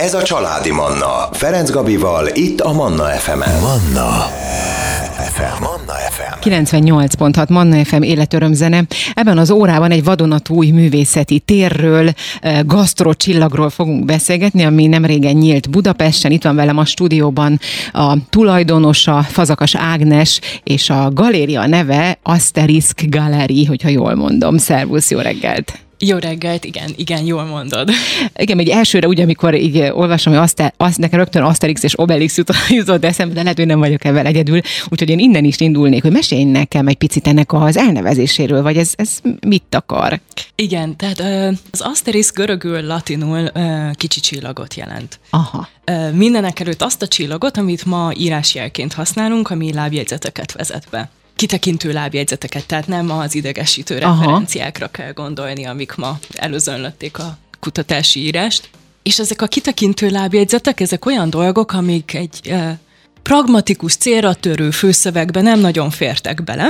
Ez a Családi Manna. Ferenc Gabival, itt a Manna FM-en. Manna FM. Manna FM. 98.6 Manna FM életörömzene. Ebben az órában egy vadonatúj művészeti térről, gasztrocsillagról fogunk beszélgetni, ami nemrégen nyílt Budapesten. Itt van velem a stúdióban a tulajdonosa, Fazakas Ágnes, és a galéria neve Asterisk Gallery, hogyha jól mondom. Szervusz, jó reggelt! Jó reggelt, igen, jól mondod. Igen, egy elsőre ugye, amikor így olvasom, hogy nekem rögtön Asterix és Obelix jutott eszembe, de lehet, hogy nem vagyok ebben egyedül, úgyhogy én innen is indulnék, hogy mesélj nekem egy picit ennek az elnevezéséről, vagy ez mit akar? Igen, tehát az Asterix görögül, latinul kicsi csillagot jelent. Aha. Mindenek előtt azt a csillagot, amit ma írásjelként használunk, ami lábjegyzeteket vezet be. Kitekintő lábjegyzeteket, tehát nem az idegesítő referenciákra kell gondolni, amik ma előzönlötték a kutatási írást. És ezek a kitekintő lábjegyzetek, ezek olyan dolgok, amik egy pragmatikus, célra törő főszövegbe nem nagyon fértek bele,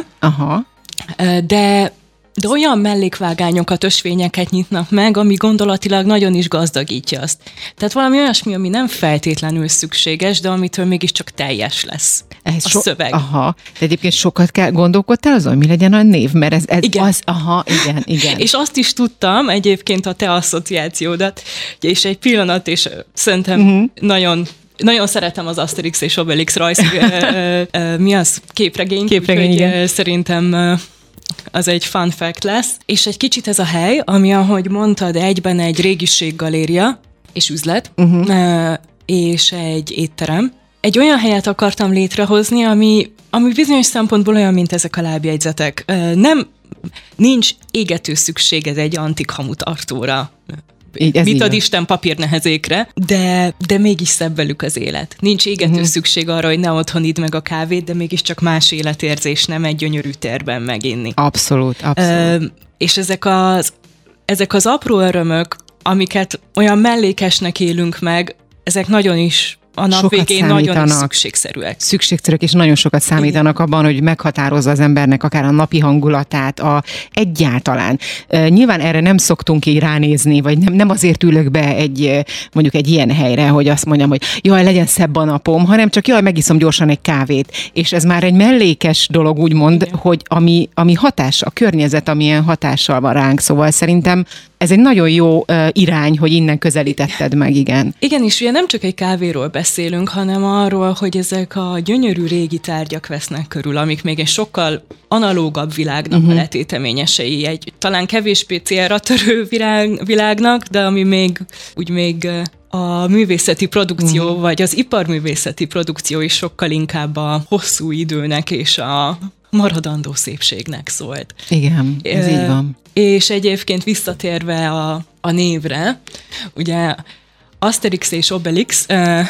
de olyan mellékvágányokat, ösvényeket nyitnak meg, ami gondolatilag nagyon is gazdagítja azt. Tehát valami olyasmi, ami nem feltétlenül szükséges, de amitől mégiscsak teljes lesz a szöveg. Aha. De egyébként sokat gondolkodtál azon, hogy mi legyen a név? Mert ez igen. Az, igen. És azt is tudtam egyébként a te asszociációdat, és egy pillanat, és szerintem nagyon szeretem az Asterix és Obelix rajz, mi az? Képregény, igen. Szerintem az egy fun fact lesz. És egy kicsit ez a hely, ami, ahogy mondtad, egyben egy régiséggaléria és üzlet, és egy étterem. Egy olyan helyet akartam létrehozni, ami bizonyos szempontból olyan, mint ezek a lábjegyzetek. Nincs égető szükséged egy antik hamutartóra. Mit ad Isten papírnehezékre, de mégis szebb velük az élet. Nincs égető szükség arra, hogy ne otthon idd meg a kávét, de mégiscsak más életérzés, nem egy gyönyörű térben meginni. Abszolút. És ezek az apró örömök, amiket olyan mellékesnek élünk meg, ezek nagyon is a nap végén nagyon is szükségszerűek. És nagyon sokat számítanak abban, hogy meghatározza az embernek akár a napi hangulatát, egyáltalán. Nyilván erre nem szoktunk így ránézni, vagy nem azért ülök be mondjuk egy ilyen helyre, hogy azt mondjam, hogy jaj, legyen szebb a napom, hanem csak jaj, megiszom gyorsan egy kávét. És ez már egy mellékes dolog, úgymond, hogy ami hatás, a környezet, amilyen hatással van ránk. Szóval szerintem ez egy nagyon jó irány, hogy innen közelítetted meg, igen. Igen, és ugye nem csak egy kávéról beszélünk, hanem arról, hogy ezek a gyönyörű régi tárgyak vesznek körül, amik még egy sokkal analógabb világnak a letéteményesei, egy talán kevésbé célra törő világnak, de ami még a művészeti produkció, vagy az iparművészeti produkció is sokkal inkább a hosszú időnek és a maradandó szépségnek szólt. Igen, ez így van. És egyébként visszatérve a névre, ugye Asterix és Obelix,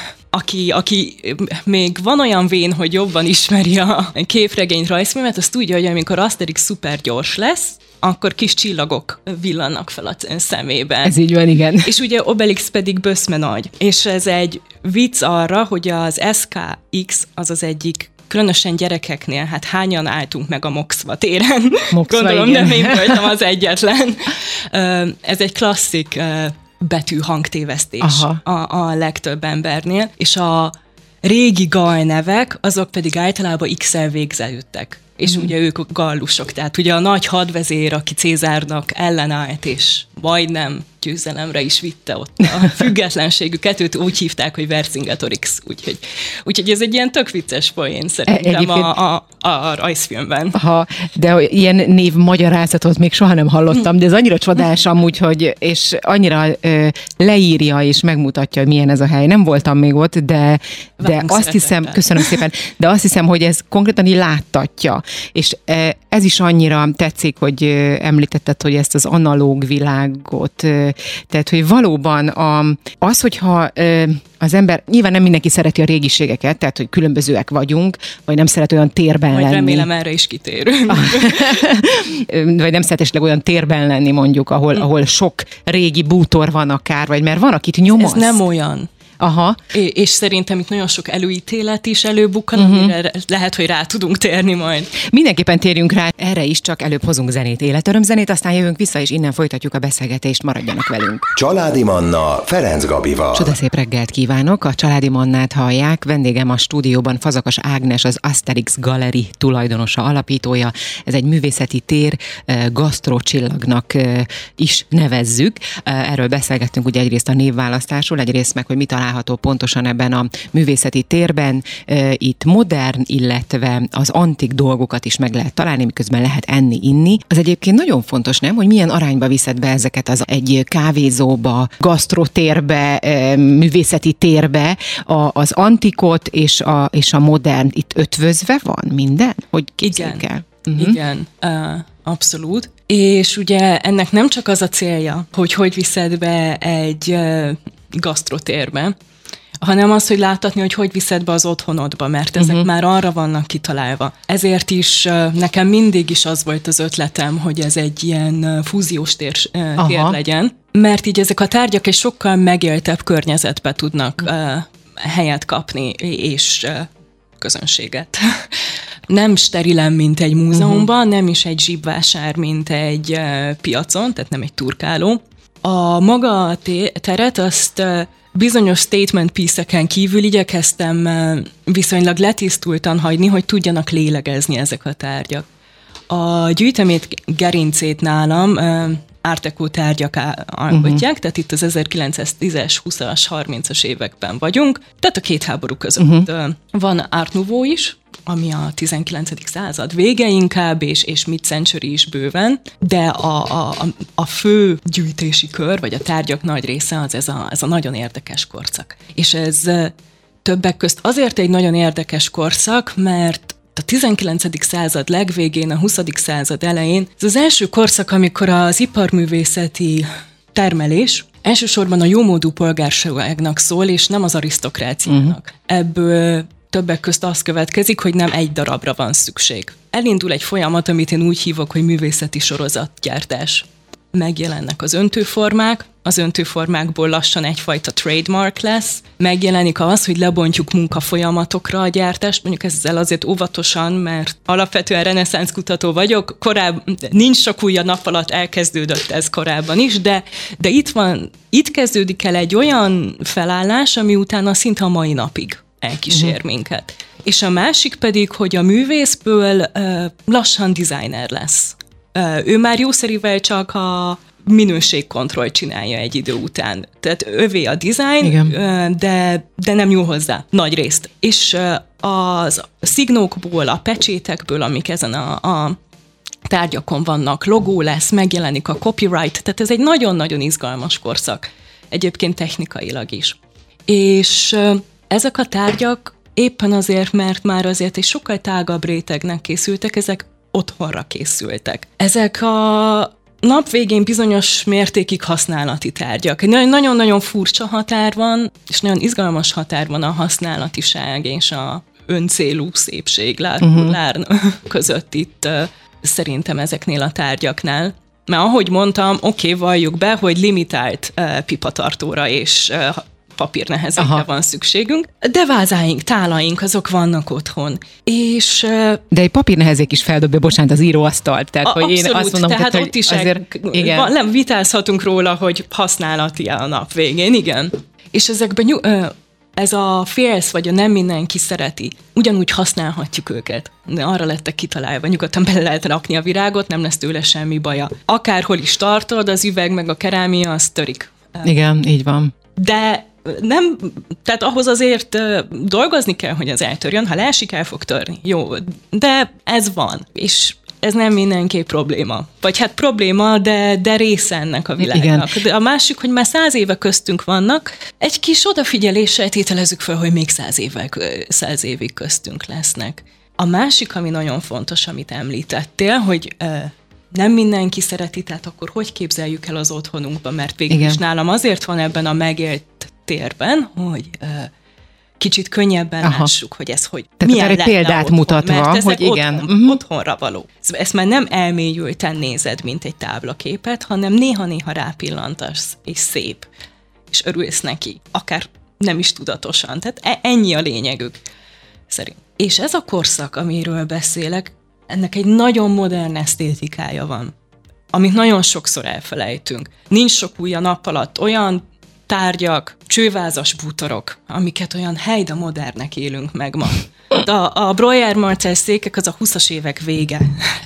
aki még van olyan vén, hogy jobban ismeri a képregény rajzfilmet, azt tudja, hogy amikor Asterix szuper gyors lesz, akkor kis csillagok villannak fel a szemében. Ez így van, igen. És ugye Obelix pedig böszme nagy. És ez egy vicc arra, hogy az SKX az egyik különösen gyerekeknél, hát hányan álltunk meg a Mokszva téren? Gondolom, igen. Nem én voltam az egyetlen. Ez egy klasszik betű-hangtévesztés a legtöbb embernél, és a régi galnevek, azok pedig általában X-el végzelődtek. És ugye ők a gallusok, tehát ugye a nagy hadvezér, aki Cézárnak ellenállt, és majdnem győzelemre is vitte ott a függetlenségüket, őt úgy hívták, hogy Vercingetorix, úgyhogy ez egy ilyen tök vicces poén szerintem a rajzfilmben. De ilyen név magyarázatot még soha nem hallottam, de ez annyira csodás amúgy, és annyira leírja és megmutatja, hogy milyen ez a hely. Nem voltam még ott, de azt hiszem, köszönöm szépen, de azt hiszem, hogy ez konkrétan így láttatja. És ez is annyira tetszik, hogy említetted, hogy ezt az analóg világot, tehát, hogy valóban az, hogyha az ember, nyilván nem mindenki szereti a régiségeket, tehát, hogy különbözőek vagyunk, vagy nem szeret olyan térben lenni. Remélem erre is kitérünk. Vagy nem szeret esetleg olyan térben lenni mondjuk, ahol sok régi bútor van akár, vagy mert van, akit nyomasz. Ez nem olyan. Aha. És szerintem itt nagyon sok előítélet is előbukkan, amire lehet, hogy rá tudunk térni majd. Mindenképpen térjünk rá, erre is csak előbb hozunk zenét, életörömzenét, aztán jövünk vissza, és innen folytatjuk a beszélgetést, maradjanak velünk. Családi Manna Ferenc Gabival. Csodaszép reggelt kívánok, a Családi Mannát hallják, vendégem a stúdióban Fazakas Ágnes, az Asterix Gallery tulajdonosa, alapítója. Ez egy művészeti tér, gasztrocsillagnak is nevezzük. Erről beszélgettünk ugye egyrészt a névválasztásról, egyrészt meg, hogy mi található pontosan ebben a művészeti térben. Itt modern, illetve az antik dolgokat is meg lehet találni, miközben lehet enni, inni. Az egyébként nagyon fontos, nem, hogy milyen arányba viszed be ezeket egy kávézóba, gasztrotérbe, művészeti térbe, az antikot és a modern itt ötvözve van minden? Hogy képzeljük el? Igen, abszolút. És ugye ennek nem csak az a célja, hogy viszed be egy gasztrotérbe, hanem az, hogy láthatni, hogy viszed be az otthonodba, mert ezek már arra vannak kitalálva. Ezért is nekem mindig is az volt az ötletem, hogy ez egy ilyen fúziós tér legyen, mert így ezek a tárgyak egy sokkal megéltebb környezetbe tudnak helyet kapni, és közönséget. Nem sterilen, mint egy múzeumban, nem is egy zsibvásár, mint egy piacon, tehát nem egy turkáló. A maga teret azt bizonyos statement piece-eken kívül igyekeztem viszonylag letisztultan hagyni, hogy tudjanak lélegezni ezek a tárgyak. A gyűjtemény gerincét nálam Art Deco tárgyak alkotják, tehát itt az 1910-es, 20-as, 30-as években vagyunk, tehát a két háború között. Van Art Nouveau is, ami a 19. század vége inkább, és mid-century is bőven, de a fő gyűjtési kör, vagy a tárgyak nagy része az ez a nagyon érdekes korszak. És ez többek közt azért egy nagyon érdekes korszak, mert a 19. század legvégén, a 20. század elején, ez az első korszak, amikor az iparművészeti termelés elsősorban a jómódú polgárságnak szól, és nem az arisztokráciának. Ebből többek közt az következik, hogy nem egy darabra van szükség. Elindul egy folyamat, amit én úgy hívok, hogy művészeti sorozatgyártás. Megjelennek az öntőformák, az öntőformákból lassan egyfajta trademark lesz, megjelenik az, hogy lebontjuk munkafolyamatokra a gyártást, mondjuk ezzel azért óvatosan, mert alapvetően reneszánsz kutató vagyok, nincs sok új a nap alatt, elkezdődött ez korábban is, de itt kezdődik el egy olyan felállás, ami utána szinte a mai napig elkísér minket. És a másik pedig, hogy a művészből lassan designer lesz. Ő már jószerivel csak a minőségkontroll csinálja egy idő után. Tehát övé a design, de nem nyúl hozzá nagy részt. És a szignókból, a pecsétekből, amik ezen a tárgyakon vannak, logó lesz, megjelenik a copyright, tehát ez egy nagyon-nagyon izgalmas korszak. Egyébként technikailag is. És ezek a tárgyak éppen azért, mert már azért egy sokkal tágabb rétegnek készültek, ezek otthonra készültek. Ezek a nap végén bizonyos mértékig használati tárgyak. Egy nagyon-nagyon furcsa határ van, és nagyon izgalmas határ van a használatiság és a öncélú szépség között itt szerintem ezeknél a tárgyaknál. Mert ahogy mondtam, valljuk be, hogy limitált pipatartóra és papírnehezekre van szükségünk, de vázáink, tálaink, azok vannak otthon. És, de egy papírnehezék is feldobja, bocsánat, az íróasztalt. Tehát, hogy abszolút, én azt mondom, tehát hogy ott is igen. vitázhatunk róla, hogy használati a nap végén, igen. És ezekben ez a félsz, vagy a nem mindenki szereti, ugyanúgy használhatjuk őket. De arra lettek kitalálva, nyugodtan bele lehet rakni a virágot, nem lesz tőle semmi baja. Akárhol is tartod, az üveg meg a kerámia, az törik. Igen, így van. De nem, tehát ahhoz azért dolgozni kell, hogy az eltörjön, ha leesik, el fog törni. Jó, de ez van, és ez nem mindenképp probléma. Vagy hát probléma, de része ennek a világnak. De a másik, hogy már 100 éve köztünk vannak, egy kis odafigyeléssel tételezzük fel, hogy még 100 évig köztünk lesznek. A másik, ami nagyon fontos, amit említettél, hogy nem mindenki szereti, tehát akkor hogy képzeljük el az otthonunkban, mert végül is nálam azért van ebben a megélt térben, hogy kicsit könnyebben lássuk, hogy ez hogy tehát milyen egy példát otthon, mutatva, mert hogy igen. Otthonra való. Ezt már nem elmélyülten nézed, mint egy táblaképet, hanem néha-néha rápillantasz, és szép, és örülsz neki. Akár nem is tudatosan. Tehát ennyi a lényegük szerint. És ez a korszak, amiről beszélek, ennek egy nagyon modern esztétikája van, amit nagyon sokszor elfelejtünk. Nincs sok új a nap alatt, olyan tárgyak, csővázas bútorok, amiket olyan helyda modernnek élünk meg ma. A Breuer Marcel székek az a 20-as évek vége,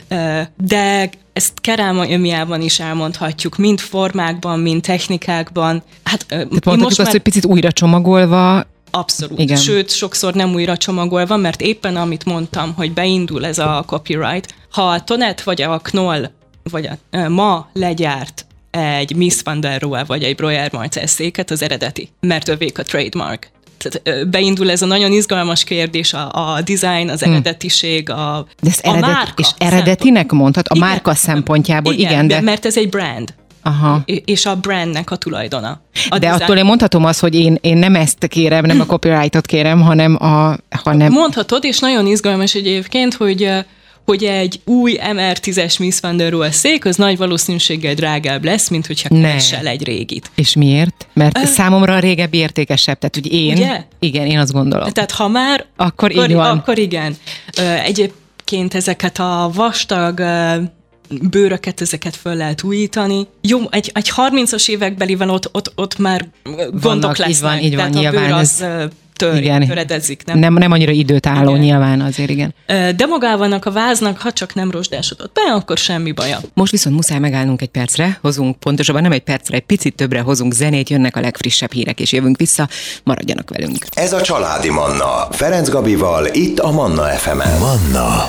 de ezt kerámiában is elmondhatjuk, mind formákban, mind technikákban. Tehát mondhatjuk azt, hogy picit újra csomagolva. Abszolút. Igen. Sőt, sokszor nem újra csomagolva, mert éppen amit mondtam, hogy beindul ez a copyright, ha a Tonet vagy a Knoll vagy ma legyárt egy Mies van der Rohe vagy egy Breuer Marcel széket, az eredeti, mert övék a trademark. Tehát beindul ez a nagyon izgalmas kérdés, a design, az eredetiség, de ez a márka. És eredetinek mondhat a márka szempontjából, igen, de... mert ez egy brand. Aha. És a brandnek a tulajdona. De attól én mondhatom azt, hogy én nem ezt kérem, nem a copyrightot kérem, hanem Mondhatod, és nagyon izgalmas egyébként, hogy egy új MR10-es Mies van der Rohe szék, az nagy valószínűséggel drágább lesz, mint hogyha keresel egy régit. És miért? Mert számomra a régebbi értékesebb, tehát hogy igen, én azt gondolom. Tehát ha már, akkor igen. Egyébként ezeket a vastag bőröket, ezeket föl lehet újítani. Jó, egy 30-as évekbelivel ott már gondok lesznek. Így van, tehát a bőr az töredezik. Nem annyira időt álló, nyilván azért, igen. De magának a váznak, ha csak nem rozsdásodott be, akkor semmi baja. Most viszont muszáj megállnunk egy percre, pontosabban nem egy percre, egy picit többre hozunk zenét, jönnek a legfrissebb hírek, és jövünk vissza, maradjanak velünk. Ez a Családi Manna, Ferenc Gabival, itt a Manna FM-en. Manna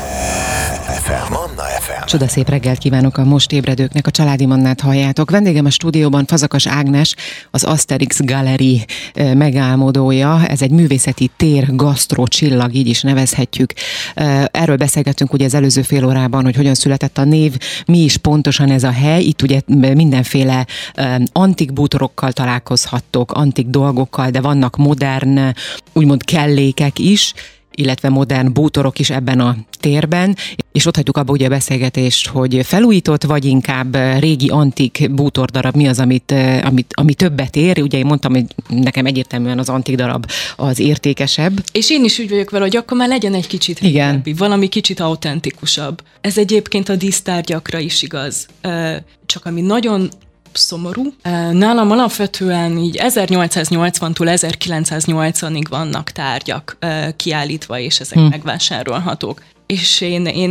FM. Csodaszép reggelt kívánok a most ébredőknek, a Családi Mannát halljátok. Vendégem a stúdióban Fazakas Ágnes, az Asterix Gallery megálmodója. Ez egy művészeti tér, gasztró csillag, így is nevezhetjük. Erről beszélgettünk ugye az előző fél órában, hogy hogyan született a név, mi is pontosan ez a hely. Itt ugye mindenféle antik bútorokkal találkozhattok, antik dolgokkal, de vannak modern, úgymond kellékek is, illetve modern bútorok is ebben a térben, és ott hagyjuk abba ugye a beszélgetést, hogy felújított, vagy inkább régi antik bútordarab, mi az, ami többet ér. Ugye én mondtam, hogy nekem egyértelműen az antik darab az értékesebb. És én is úgy vagyok vele, hogy akkor már legyen egy kicsit régebbi, valami kicsit autentikusabb. Ez egyébként a dísztárgyakra is igaz. Csak ami nagyon szomorú. Nálam alapvetően így 1880-tól 1980-ig vannak tárgyak kiállítva, és ezek megvásárolhatók. És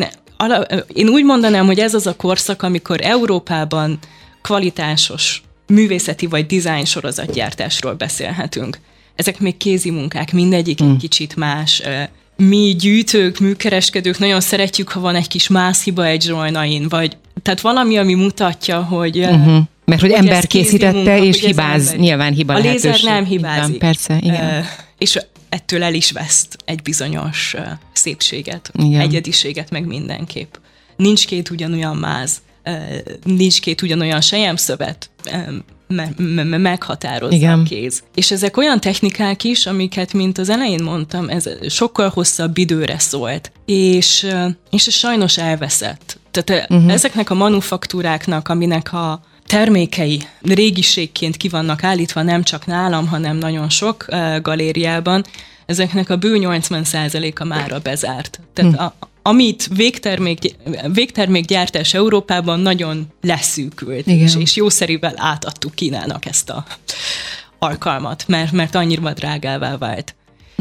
én úgy mondanám, hogy ez az a korszak, amikor Európában kvalitásos művészeti vagy design sorozatgyártásról beszélhetünk. Ezek még kézi munkák, mindegyik egy kicsit más. Mi gyűjtők, műkereskedők nagyon szeretjük, ha van egy kis mászhiba egy zsolnain, vagy tehát valami, ami mutatja, hogy... Mert hogy ember készítette, és hibáz, nyilván hiba lehetőség. A lézer nem hibázik. Igen, persze, igen. És ettől el is veszt egy bizonyos szépséget, egyediséget meg mindenképp. Nincs két ugyanolyan máz, nincs két ugyanolyan selyemszövet, meghatározza a kéz. És ezek olyan technikák is, amiket, mint az elején mondtam, ez sokkal hosszabb időre szólt, és sajnos elveszett. Tehát ezeknek a manufaktúráknak, aminek a termékei régiségként ki vannak állítva, nem csak nálam, hanem nagyon sok galériában, ezeknek a bő 80%-a mára bezárt. Tehát amit végtermékgyártás Európában nagyon leszűkült, és jószerivel átadtuk Kínának ezt a alkalmat, mert annyira drágává vált.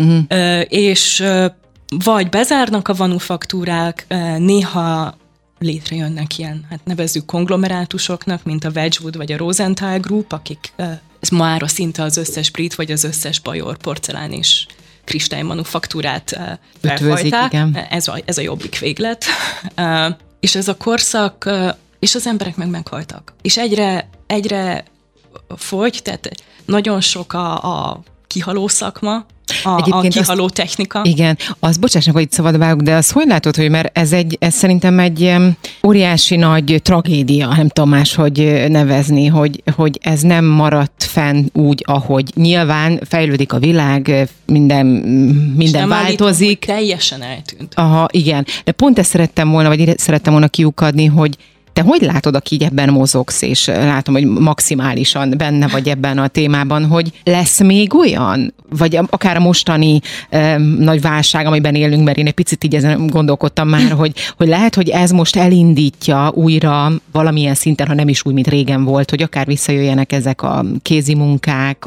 És vagy bezárnak a manufaktúrák, néha létrejönnek ilyen, hát nevezzük konglomerátusoknak, mint a Wedgwood vagy a Rosenthal Group, akik ez mára szinte az összes brit vagy az összes bajor porcelán és kristálymanufaktúrát felfajták. Ez a jobbik véglet. És ez a korszak, és az emberek meghaltak. És egyre fogy, tehát nagyon sok a kihaló szakma, a kihaló technika. Igen, bocsássak, hogy itt szabad vágok, de azt hogy látod, hogy mert ez szerintem egy óriási nagy tragédia, nem tudom máshogy nevezni, hogy ez nem maradt fenn úgy, ahogy nyilván fejlődik a világ, minden változik. Teljesen eltűnt. Aha, igen. De pont ezt szerettem volna kiukadni, hogy te hogy látod, aki így ebben mozogsz, és látom, hogy maximálisan benne vagy ebben a témában, hogy lesz még olyan, vagy akár a mostani nagy válság, amiben élünk, mert én egy picit így ezen gondolkodtam már, hogy lehet, hogy ez most elindítja újra valamilyen szinten, ha nem is úgy, mint régen volt, hogy akár visszajöjjenek ezek a kézi munkák,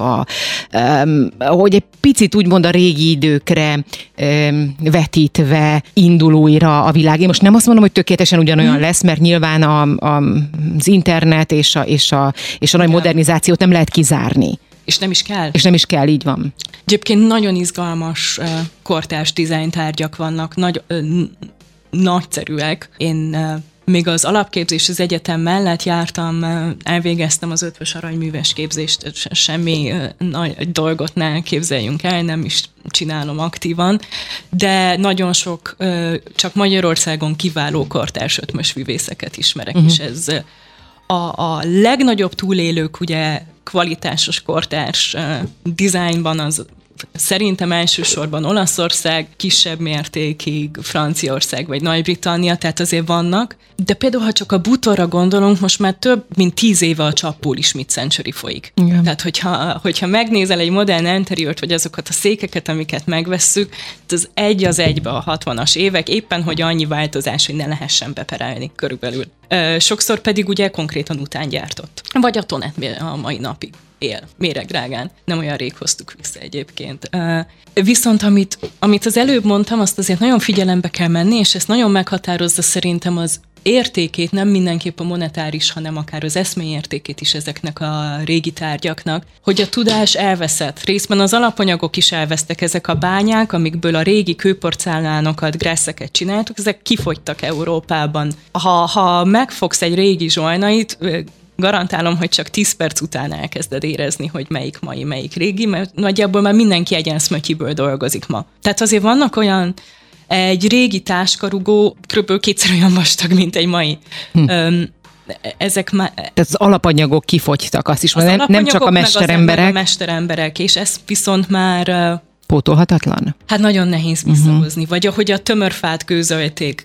hogy egy picit úgymond a régi időkre vetítve indul újra a világ. Én most nem azt mondom, hogy tökéletesen ugyanolyan lesz, mert nyilván az internet és a nagy modernizációt nem lehet kizárni. És nem is kell. És nem is kell, így van. Egyébként nagyon izgalmas kortárs dizájntárgyak vannak, nagyszerűek. Én még az alapképzés az egyetem mellett jártam, elvégeztem az 5-ös aranyműves képzést, semmi nagy dolgot ne képzeljünk el, nem is csinálom aktívan, de nagyon sok, csak Magyarországon kiváló kortárs ötmös művészeket ismerek, és ez a legnagyobb túlélők, ugye kvalitásos kortárs dizájnban az szerintem elsősorban Olaszország, kisebb mértékig Franciaország vagy Nagy-Britannia, tehát azért vannak. De például, ha csak a bútorra gondolunk, most már több mint 10 éve a Csapból is mid-century folyik. Igen. Tehát, hogyha megnézel egy modern interiört, vagy azokat a székeket, amiket megvesszük, az egy az egybe a 60-as évek, éppen, hogy annyi változás, hogy ne lehessen beperelni körülbelül. Sokszor pedig ugye konkrétan utángyártott. Vagy a Tonet a mai napig él, méregdrágán. Nem olyan rég hoztuk vissza egyébként. Viszont amit az előbb mondtam, azt azért nagyon figyelembe kell menni, és ezt nagyon meghatározza szerintem az értékét, nem mindenképp a monetáris, hanem akár az eszmélyértékét is ezeknek a régi tárgyaknak, hogy a tudás elveszett. Részben az alapanyagok is elvesztek, ezek a bányák, amikből a régi kőporcellánokat, gresszeket csináltuk, ezek kifogytak Európában. Ha megfogsz egy régi zsolnait, garantálom, hogy csak 10 perc után elkezded érezni, hogy melyik mai, melyik régi, mert nagyjából már mindenki egyenszmötyiből dolgozik ma. Tehát azért vannak olyan, egy régi táskarugó kb. 2-szer olyan vastag, mint egy mai. Ezek már... Tehát az alapanyagok kifogytak, azt is mondom, nem csak a mesteremberek. Meg a mesteremberek, és ez viszont már... Pótolhatatlan? Hát nagyon nehéz visszahozni. Vagy ahogy a tömörfát gőzölték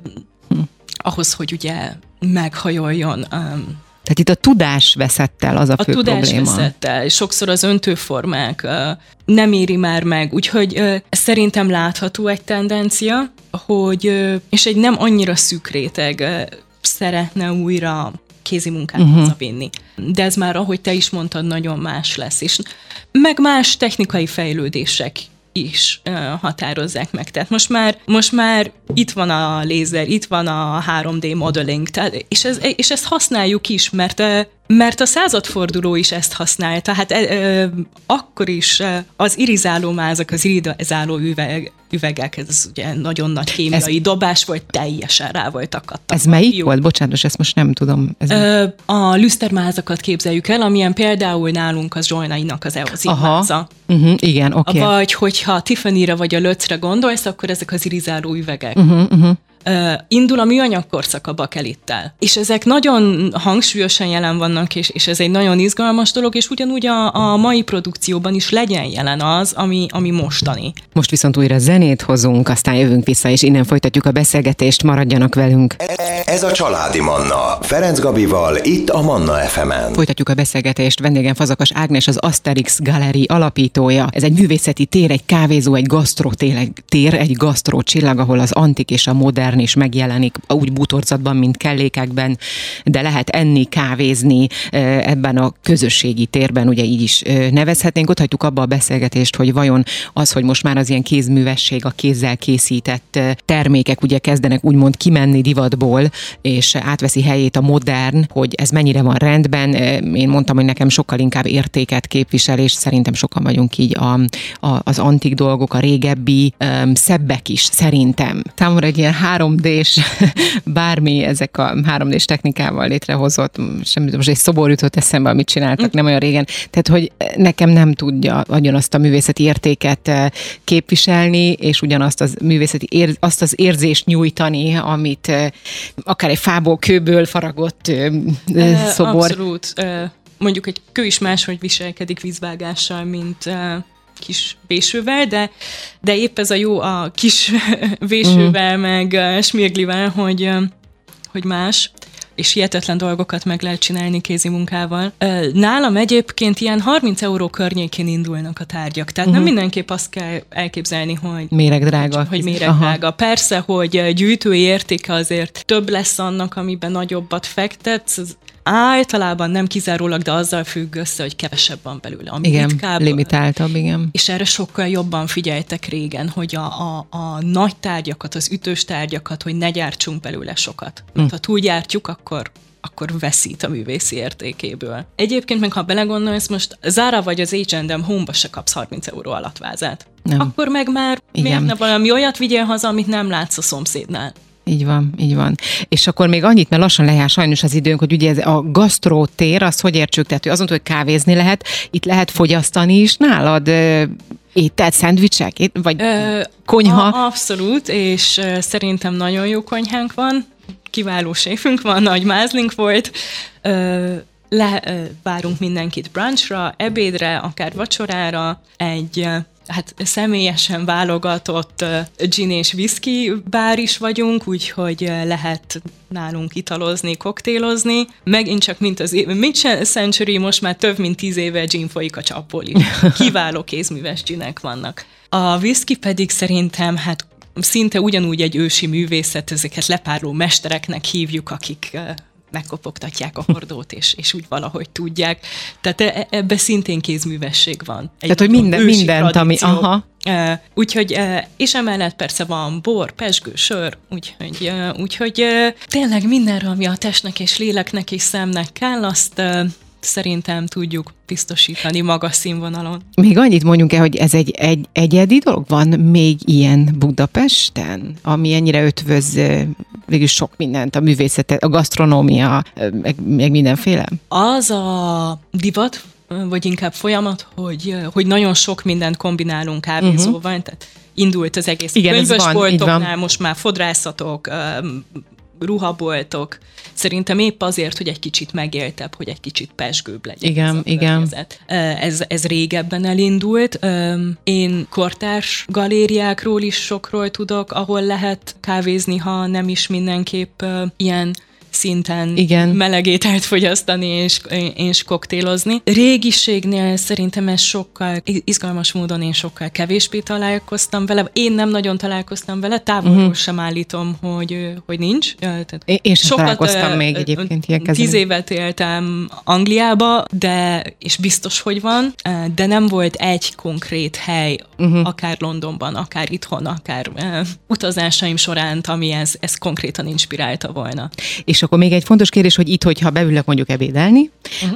ahhoz, hogy ugye meghajoljon. Tehát itt a tudás veszett el, az a fő probléma. A tudás veszett el, és sokszor az öntőformák nem éri már meg, úgyhogy szerintem látható egy tendencia, hogy, és egy nem annyira szűk réteg szeretne újra kézi munkát hazavinni. De ez már, ahogy te is mondtad, nagyon más lesz, és meg más technikai fejlődések is határozzák meg. Tehát most már itt van a lézer, itt van a 3D modeling, tehát, és ezt használjuk is, mert a századforduló is ezt használ. Tehát akkor is az irizáló mázak, az irizáló üvegek, ez ugye nagyon nagy kémiai dobás volt, teljesen rá volt akadtak. Ez melyik volt? Bocsánat, ezt most nem tudom. A lüsztermázakat képzeljük el, amilyen például nálunk az Zsolnainak az Eozi máza. Igen, oké. Vagy hogyha Tiffany-re vagy a Lötzre gondolsz, akkor ezek az irizáló üvegek. Indul a műanyag korszak a bakelittel. És ezek nagyon hangsúlyosan jelen vannak, és ez egy nagyon izgalmas dolog, és ugyanúgy a mai produkcióban is legyen jelen az, ami mostani. Most viszont újra zenét hozunk, aztán jövünk vissza, és innen folytatjuk a beszélgetést, maradjanak velünk. Ez a Családi Manna, Ferenc Gabival, itt a Manna FM-en. Folytatjuk a beszélgetést, vendégem Fazakas Ágnes, az Asterix Gallery alapítója. Ez egy művészeti tér, egy kávézó, egy gasztrotér, egy gasztrocsillag, ahol az antik és a modern is megjelenik, úgy bútorcatban, mint kellékekben, de lehet enni, kávézni ebben a közösségi térben, ugye így is nevezhetnénk. Ott hagytuk abba a beszélgetést, hogy vajon az, hogy most már az ilyen kézművesség, a kézzel készített termékek ugye kezdenek úgymond kimenni divatból, és átveszi helyét a modern, hogy ez mennyire van rendben. Én mondtam, hogy nekem sokkal inkább értéket képvisel, és szerintem sokan vagyunk így az antik dolgok, a régebbi, szebbek is, szerintem. Számomra egy ilyen 3D-s, bármi ezek a 3D-s technikával létrehozott, most egy szobor jutott eszembe, amit csináltak nem olyan régen, tehát hogy nekem nem tudja ugyanazt a művészeti értéket képviselni, és ugyanazt az művészeti azt az érzést nyújtani, amit akár egy fából, kőből faragott szobor. Abszolút. Mondjuk egy kő is máshogy viselkedik vízvágással, mint kis vésővel, de épp ez a jó a kis vésővel, meg smirglivel, hogy más. és hihetetlen dolgokat meg lehet csinálni kézi munkával. Nálam egyébként ilyen 30 euró környékén indulnak a tárgyak, tehát nem mindenképp azt kell elképzelni, hogy méregdrága. Hogy méregdrága. Persze, hogy gyűjtői értéke azért több lesz annak, amiben nagyobbat fektetsz, általában nem kizárólag, de azzal függ össze, hogy kevesebb van belőle. Ami igen, ritkább, limitáltabb, igen. És erre sokkal jobban figyeltek régen, hogy a nagy tárgyakat, az ütős tárgyakat, hogy ne gyártsunk belőle sokat. Mert ha túlgyártjuk, akkor veszít a művészi értékéből. Egyébként meg, ha belegondolsz, most Zara vagy az H&M Home-ba se kapsz 30 euró alatt vázát. Nem. Akkor meg már miért ne valami olyat vigyél haza, amit nem látsz a szomszédnál. Így van, így van. És akkor még annyit, mert lassan lejár sajnos az időnk, hogy ugye ez a gasztrótér, azt hogy értsük, tehát hogy azon, hogy kávézni lehet, itt lehet fogyasztani is nálad ételt, szendvicsek, vagy konyha? Abszolút, és szerintem nagyon jó konyhánk van, kiváló séfünk van, Nagy Mázlink volt, várunk mindenkit brunchra, ebédre, akár vacsorára, egy személyesen válogatott gin és whisky bár is vagyunk, úgyhogy lehet nálunk italozni, koktélozni. Megint csak, mint az Mid-Century, most már több mint 10 éve gin folyik a csapból is. Kiváló kézműves ginek vannak. A whisky pedig szerintem szinte ugyanúgy egy ősi művészet, ezeket lepárló mestereknek hívjuk, akik megkopogtatják a hordót, és úgy valahogy tudják. Tehát ebbe szintén kézművesség van. Tehát, hogy mindent, ami... Aha. Úgyhogy, és emellett persze van bor, pezsgő, sör, úgyhogy tényleg mindenre, ami a testnek és léleknek és szemnek kell, azt szerintem tudjuk biztosítani magas színvonalon. Még annyit mondjunk el, hogy ez egy egyedi dolog? Van még ilyen Budapesten, ami ennyire ötvöz végül sok mindent, a művészetet, a gasztronómia, meg mindenféle? Az a divat, vagy inkább folyamat, hogy nagyon sok mindent kombinálunk kávézóval, tehát indult az egész könyvesboltoknál, most már fodrászatok, ruhaboltok. Szerintem épp azért, hogy egy kicsit megéltebb, hogy egy kicsit pezsgőbb legyen. Igen. Ez régebben elindult. Én kortárs galériákról is sokról tudok, ahol lehet kávézni, ha nem is mindenképp ilyen szinten melegételt fogyasztani és koktélozni. Régiségnél szerintem ez sokkal izgalmas módon én sokkal kevésbé találkoztam vele. Én nem nagyon találkoztam vele, távolról sem állítom, hogy nincs. Én sem találkoztam még egyébként ilyen 10 évet éltem Angliába, és biztos, hogy van, de nem volt egy konkrét hely, akár Londonban, akár itthon, akár utazásaim során, ami ez konkrétan inspirálta volna. És akkor még egy fontos kérdés, hogy itt, hogyha beülök mondjuk ebédelni,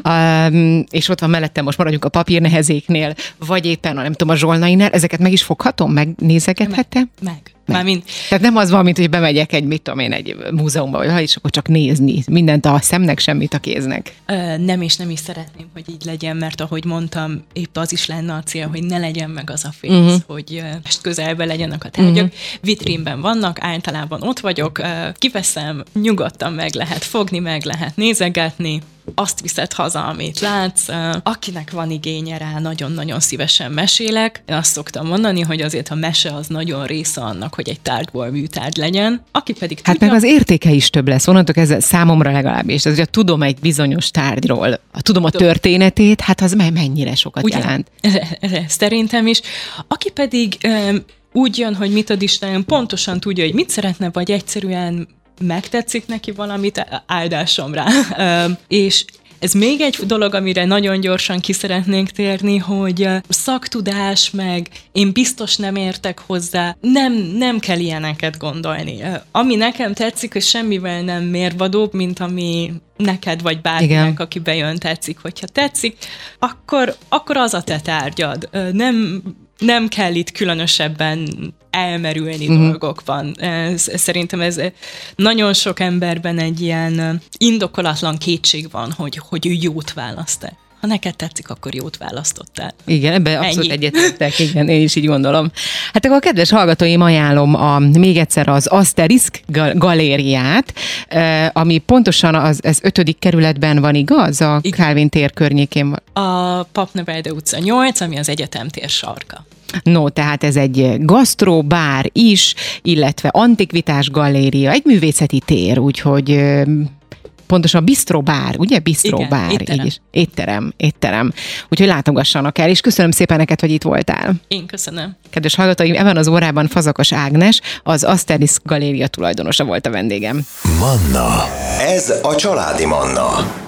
és ott van mellettem, most maradjunk a papírnehezéknél, vagy éppen nem tudom, a zsolnainál, ezeket meg is foghatom? Megnézegethettem? Meg. Tehát nem az van, mint hogy bemegyek egy múzeumba, vagy és akkor csak nézni. Mindent a szemnek, semmit a kéznek. Nem is szeretném, hogy így legyen, mert ahogy mondtam, épp az is lenne a cél, hogy ne legyen meg az a fész, hogy most közelben legyenek a tárgyak. Vitrínben vannak, általában ott vagyok, kiveszem, nyugodtan meg lehet fogni, meg lehet nézegetni, azt viszed haza, amit látsz. Akinek van igénye rá, nagyon-nagyon szívesen mesélek. Én azt szoktam mondani, hogy azért a mese az nagyon része annak, hogy egy tárgyból műtárgy legyen. Aki pedig tudja... meg az értéke is több lesz. Onnantól kezdve számomra legalábbis. Tehát, hogyha tudom egy bizonyos tárgyról, tudom a történetét, az mennyire sokat jelent. Szerintem is. Aki pedig úgy jön, hogy mit ad Isten, pontosan tudja, hogy mit szeretne, vagy egyszerűen megtetszik neki valamit, áldásom rá. És ez még egy dolog, amire nagyon gyorsan ki szeretnénk térni, hogy szaktudás, meg én biztos nem értek hozzá, nem kell ilyeneket gondolni. Ami nekem tetszik, hogy semmivel nem mérvadóbb, mint ami neked vagy bárkinek, aki bejön, tetszik. Hogyha tetszik, akkor az a te tárgyad. Nem kell itt különösebben elmerülni dolgokban. Szerintem ez nagyon sok emberben egy ilyen indokolatlan kétség van, hogy ő jót választ-e. Ha neked tetszik, akkor jót választottál. Igen, ebben abszolút egyetértek, igen, én is így gondolom. Hát akkor a kedves hallgatóim, ajánlom még egyszer az Asterisk galériát, ami pontosan az 5. kerületben van, igaz? A Kálvin tér környékén van. A Papnevelde utca 8, ami az Egyetem tér sarka. No, tehát ez egy gasztrobár is, illetve antikvitás galéria, egy művészeti tér, úgyhogy pontosan bistrobár, ugye? Bistrobár. Étterem. Úgyhogy látogassanak el, és köszönöm szépen neked, hogy itt voltál. Én köszönöm. Kedves hallgatóim, ebben az órában Fazakas Ágnes, az Asterix Galéria tulajdonosa volt a vendégem. Manna. Ez a családi Manna.